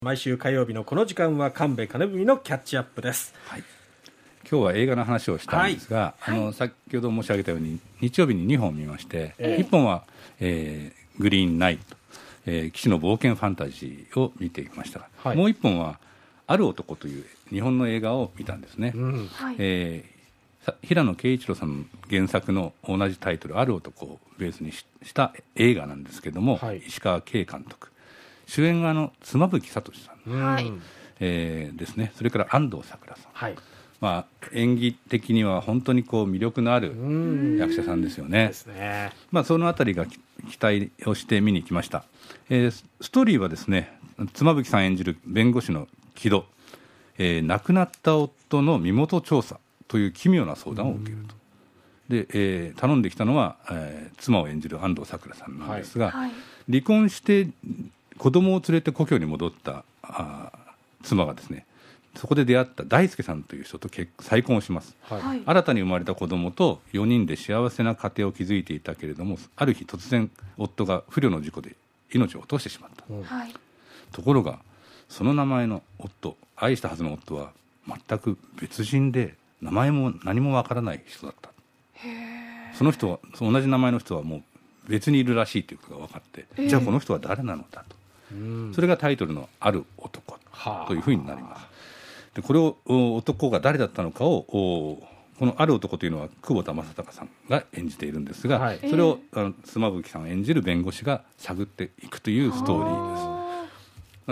毎週火曜日のこの時間は神戸金文のキャッチアップです、 はい、今日は映画の話をしたんですが、先ほど申し上げたように日曜日に2本見まして、1本は、グリーンナイト、騎士の冒険ファンタジーを見てきましたが、もう1本はある男という日本の映画を見たんですね、平野啓一郎さんの原作の同じタイトルある男をベースにした映画なんですけども、石川慶監督、主演が妻夫木聡さん、ですね。それから安藤サクラさん、演技的には本当に魅力のある役者さんですよね。そのあたりが期待をして見に来ました。ストーリーはですね、妻夫木さん演じる弁護士の木戸、亡くなった夫の身元調査という奇妙な相談を受けると。で頼んできたのは、妻を演じる安藤サクラさんなんですが、離婚して子供を連れて故郷に戻った妻がですね、そこで出会った大輔さんという人と再婚をします、新たに生まれた子供と4人で幸せな家庭を築いていたけれども、ある日突然夫が不慮の事故で命を落としてしまった、ところがその名前の夫、愛したはずの夫は全く別人で、名前も何もわからない人だった。その人は、同じ名前の人はもう別にいるらしいということが分かって、じゃあこの人は誰なのだと、それがタイトルのある男というふうになります。でこれを男が誰だったのかを、このある男というのは久保田正孝さんが演じているんですが、それを妻夫木さん演じる弁護士が探っていくというストーリーです。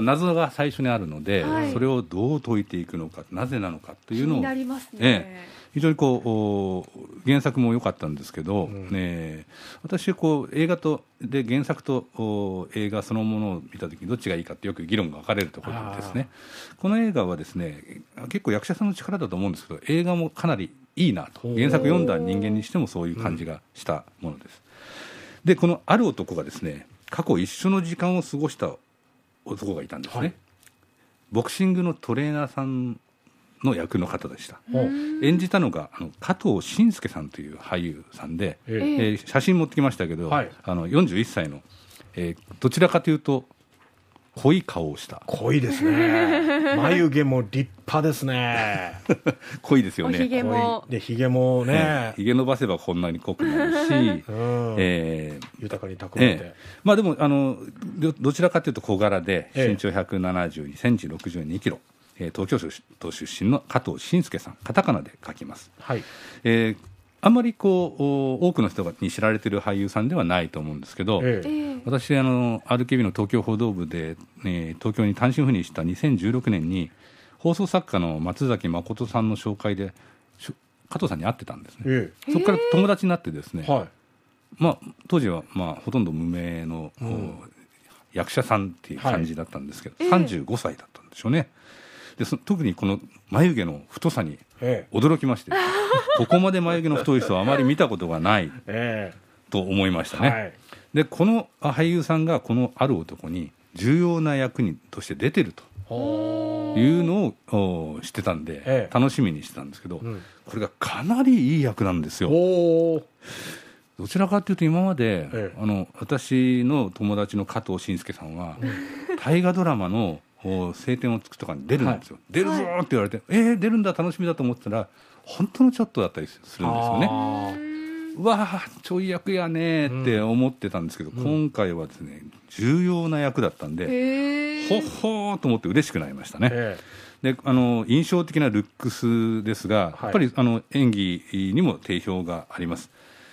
謎が最初にあるので、それをどう解いていくのか、なぜなのかというのを気になりますね。 非常に原作も良かったんですけど、私映画で原作と映画そのものを見たときにどっちがいいかってよく議論が分かれるところですね。この映画はですね、結構役者さんの力だと思うんですけど、映画もかなりいいなと、原作読んだ人間にしてもそういう感じがしたものです。でこのある男がですね、過去一緒の時間を過ごした男がいたんですね、ボクシングのトレーナーさんの役の方でした。演じたのが加藤慎介さんという俳優さんで、写真持ってきましたけど、41歳の、どちらかというと濃い顔をした。 濃いですね。眉毛も立派ですね。 濃いですよね。 ひげもね、 ひげ伸ばせばこんなに濃くなるし、 豊かに蓄えて、 でもどちらかというと小柄で、身長172センチ62キロ、東京都出身の加藤慎介さん、カタカナで書きます。あんまり多くの人に知られている俳優さんではないと思うんですけど、私RKB の東京報道部で、東京に単身赴任した2016年に放送作家の松崎誠さんの紹介で加藤さんに会ってたんですね。そこから友達になってですね、当時はほとんど無名の、役者さんっていう感じだったんですけど、35歳だったんでしょうね。で特にこの眉毛の太さに驚きまして、ここまで眉毛の太い人はあまり見たことがないと思いましたね。でこの俳優さんがこのある男に重要な役として出てるというのを知ってたんで、楽しみにしてたんですけど、これがかなりいい役なんですよ。どちらかというと今まで、私の友達の加藤慎介さんは、大河ドラマの青天を衝くとかに出るんですよ。出るぞって言われて、出るんだ、楽しみだと思ってたら本当のちょっとだったりするんですよね。うわー、ちょい役やねって思ってたんですけど、今回はですね、重要な役だったんで、ほっほーと思って嬉しくなりましたね。で印象的なルックスですが、やっぱり演技にも定評があります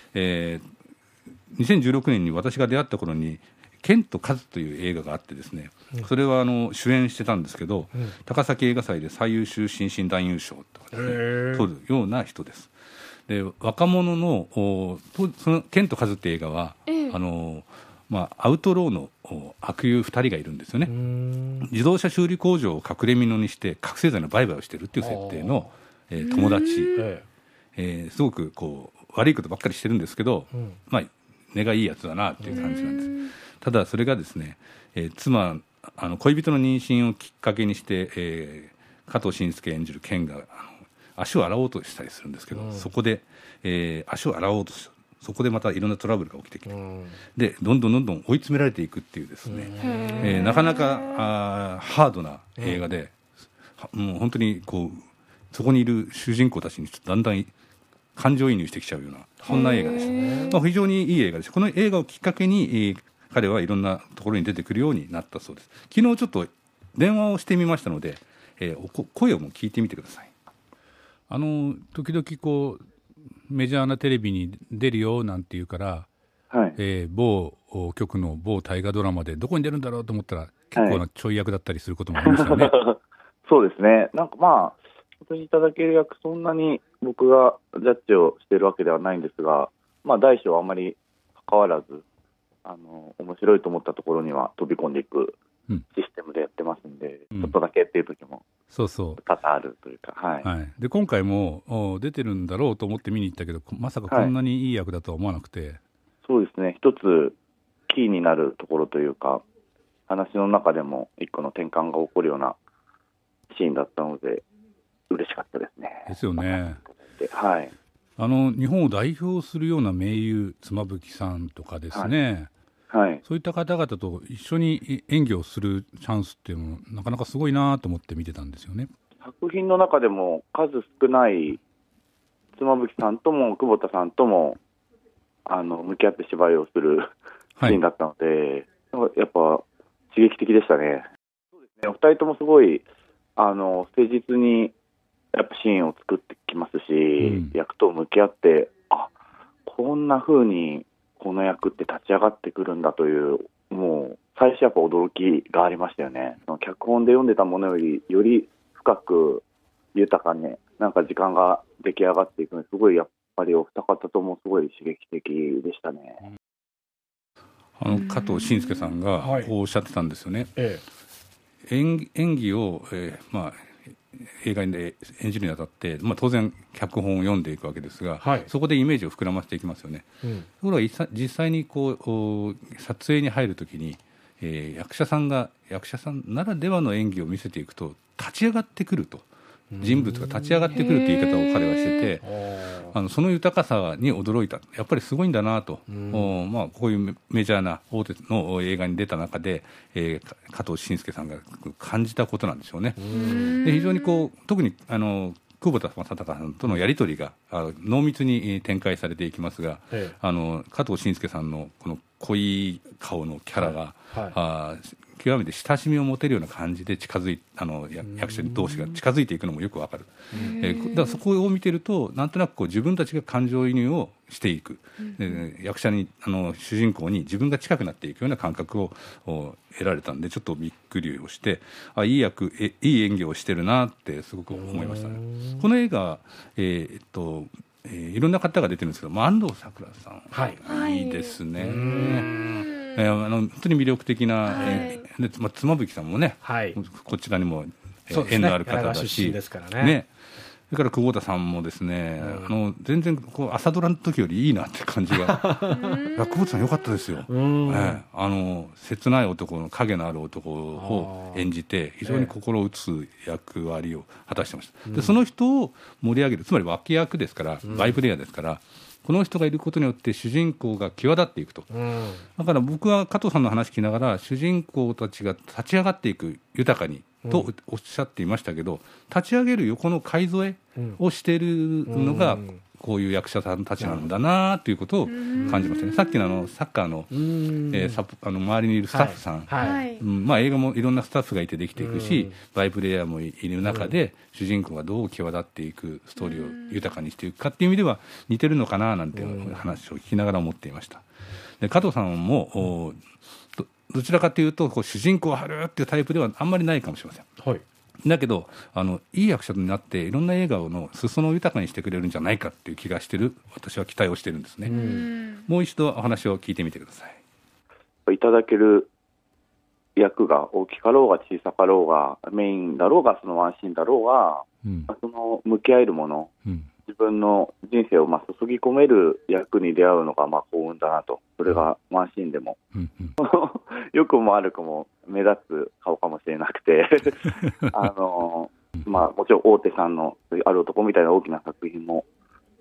。2016年に私が出会った頃にケント・カズという映画があってですね、それは主演してたんですけど、高崎映画祭で最優秀新進男優賞とかですね、取るような人です。で若者のそのケント・カズっていう映画は、アウトローの悪友2人がいるんですよね。自動車修理工場を隠れ蓑にして覚醒剤の売買をしてるっていう設定の、友達、すごく悪いことばっかりしてるんですけど、根がいいやつだなっていう感じなんです。ただそれがですね、恋人の妊娠をきっかけにして、加藤慎介演じる健が足を洗おうとしたりするんですけど、そこで、足を洗おうとそこでまたいろんなトラブルが起きてきて、でどんどん追い詰められていくっていうですね、なかなかハードな映画で、もう本当にこうそこにいる主人公たちにだんだん感情移入してきちゃうような、そんな映画でした。非常にいい映画です。この映画をきっかけに、彼はいろんなところに出てくるようになったそうです。昨日ちょっと電話をしてみましたので、声をも聞いてみてください。時々こうメジャーなテレビに出るよなんて言うから、はい、某局の某大河ドラマでどこに出るんだろうと思ったら結構なちょい役だったりすることもありましたね。 そうですね。なんかまあ本当にいただける役、そんなに僕がジャッジをしているわけではないんですが、まあ大小あんまり関わらず、面白いと思ったところには飛び込んでいくシステムでやってますんで、ちょっとだけっていう時も多々あるというか、 で今回も出てるんだろうと思って見に行ったけど、まさかこんなにいい役だとは思わなくて、 そうですね、一つキーになるところというか、話の中でも一個の転換が起こるようなシーンだったので嬉しかったですね。 ですよね。 はい、 日本を代表するような名優、妻夫木さんとかですね、はい、そういった方々と一緒に演技をするチャンスっていうのもなかなかすごいなと思って見てたんですよね。 作品の中でも数少ない妻夫木さんとも久保田さんとも向き合って芝居をするシーンだったので、はい、やっぱ刺激的でしたね。そうですね、お二人ともすごい誠実にやっぱシーンを作ってきますし、役と向き合って、こんな風にこの役って立ち上がってくるんだという、もう最初やっぱ驚きがありましたよね。脚本で読んでたものよりより深く豊かになんか時間が出来上がっていくので、すごいやっぱりお二方ともすごい刺激的でしたね。 加藤慎介さんがこうおっしゃってたんですよね。演技を、映画で演じるにあたって、当然脚本を読んでいくわけですが、そこでイメージを膨らませていきますよね。ところが実際にこう撮影に入るときに、役者さんならではの演技を見せていくと立ち上がってくると、人物が立ち上がってくるという言い方を彼はしてて、その豊かさに驚いた。やっぱりすごいんだなと、こういうメジャーな大手の映画に出た中で、加藤慎介さんが感じたことなんでしょうね。で非常に特に久保田正孝さんとのやり取りが濃密に展開されていきますが、加藤慎介さんのこの濃い顔のキャラが、極めて親しみを持てるような感じで役者同士が近づいていくのもよくわかる。だからそこを見てるとなんとなく自分たちが感情移入をしていく、役者に主人公に自分が近くなっていくような感覚を得られたんで、ちょっとびっくりをして、いい演技をしてるなってすごく思いましたね。この映画、いろんな方が出てるんですけど、安藤サクラさん、いいですね。本当に魅力的な、妻夫木さんもね、こちらにも縁のある方だし、それから久保田さんもですね、全然朝ドラの時よりいいなって感じが久保田さん良かったですよ。切ない男の影のある男を演じて非常に心打つ役割を果たしてました。でその人を盛り上げる、つまり脇役ですから、バイプレイヤーですから、この人がいることによって主人公が際立っていくと、だから僕は加藤さんの話聞きながら、主人公たちが立ち上がっていく豊かにとおっしゃっていましたけど、立ち上げる横の買い添えをしているのがこういう役者さんたちなんだなということを感じましたね。さっきのサッカーの、周りにいるスタッフさん、映画もいろんなスタッフがいてできていくし、バイプレイヤーもいる中で、主人公がどう際立っていくストーリーを豊かにしていくかっていう意味では似てるのかななんていう話を聞きながら思っていました。で加藤さんもどちらかというと主人公を張るっていうタイプではあんまりないかもしれません。だけどいい役者になっていろんな映画の裾野を豊かにしてくれるんじゃないかっていう気がしてる、私は期待をしてるんですね。もう一度お話を聞いてみてください。 いただける役が大きかろうが小さかろうが、メインだろうがそのワンシーンだろうが、その向き合えるもの、自分の人生を注ぎ込める役に出会うのが幸運だなと。それがワンシーンでも、よくも悪くも目立つ顔かもしれなくてもちろん大手さんのある男みたいな大きな作品も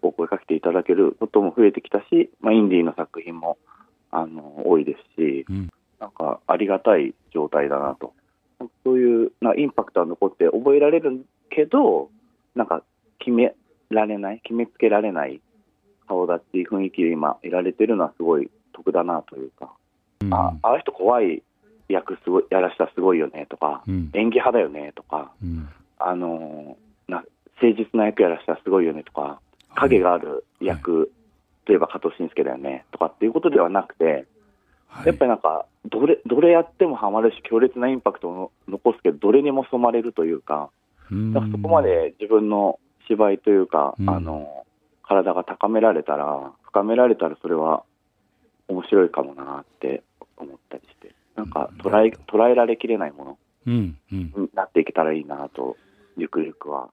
お声かけていただけることも増えてきたし、インディーの作品も多いですし、なんかありがたい状態だなと。そういうインパクトは残って覚えられるけど、なんか決めつけられない顔立ち、雰囲気で今いられてるのはすごい得だなというか、ああ人怖い役すごいやらしたらすごいよねとか、演技派だよねとか、誠実な役やらしたらすごいよねとか、影がある役、例えば加藤慎介だよねとかっていうことではなくて、やっぱりなんかどれやってもハマるし、強烈なインパクトを残すけど、どれにも染まれるというか、なんかそこまで自分の芝居というか、体が高められたら、深められたら、それは面白いかもなって思ったりして、なんか捉えられきれないものになっていけたらいいなと、ゆくゆくは。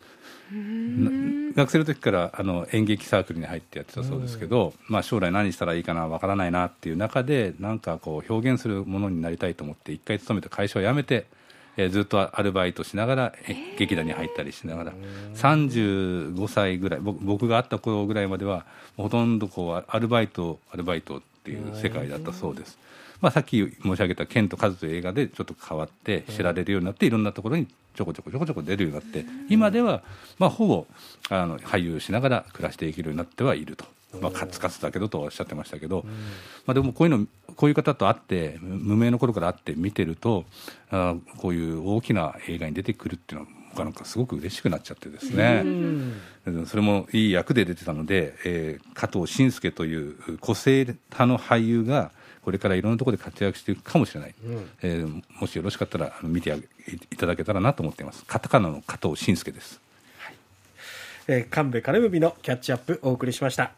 学生の時から演劇サークルに入ってやってたそうですけど、将来何したらいいかなわからないなっていう中で、なんかこう表現するものになりたいと思って一回勤めた会社を辞めて、ずっとアルバイトしながら劇団に入ったりしながら、35歳ぐらい、僕が会った頃ぐらいまではほとんどこうアルバイトっていう世界だったそうです。さっき申し上げたケンとカズという映画でちょっと変わって知られるようになって、いろんなところにちょこちょこ出るようになって、今ではほぼ俳優しながら暮らしていけるようになってはいると。カツカツだけどとおっしゃってましたけど、でもこういう方と会って無名の頃から会って見てると、こういう大きな映画に出てくるっていうのは僕はなんかすごく嬉しくなっちゃってですね、それもいい役で出てたので、加藤慎介という個性派の俳優がこれからいろんなところで活躍していくかもしれない、もしよろしかったら見ていただけたらなと思っています。カタカナの加藤慎介です。 神戸カネムビのキャッチアップお送りしました。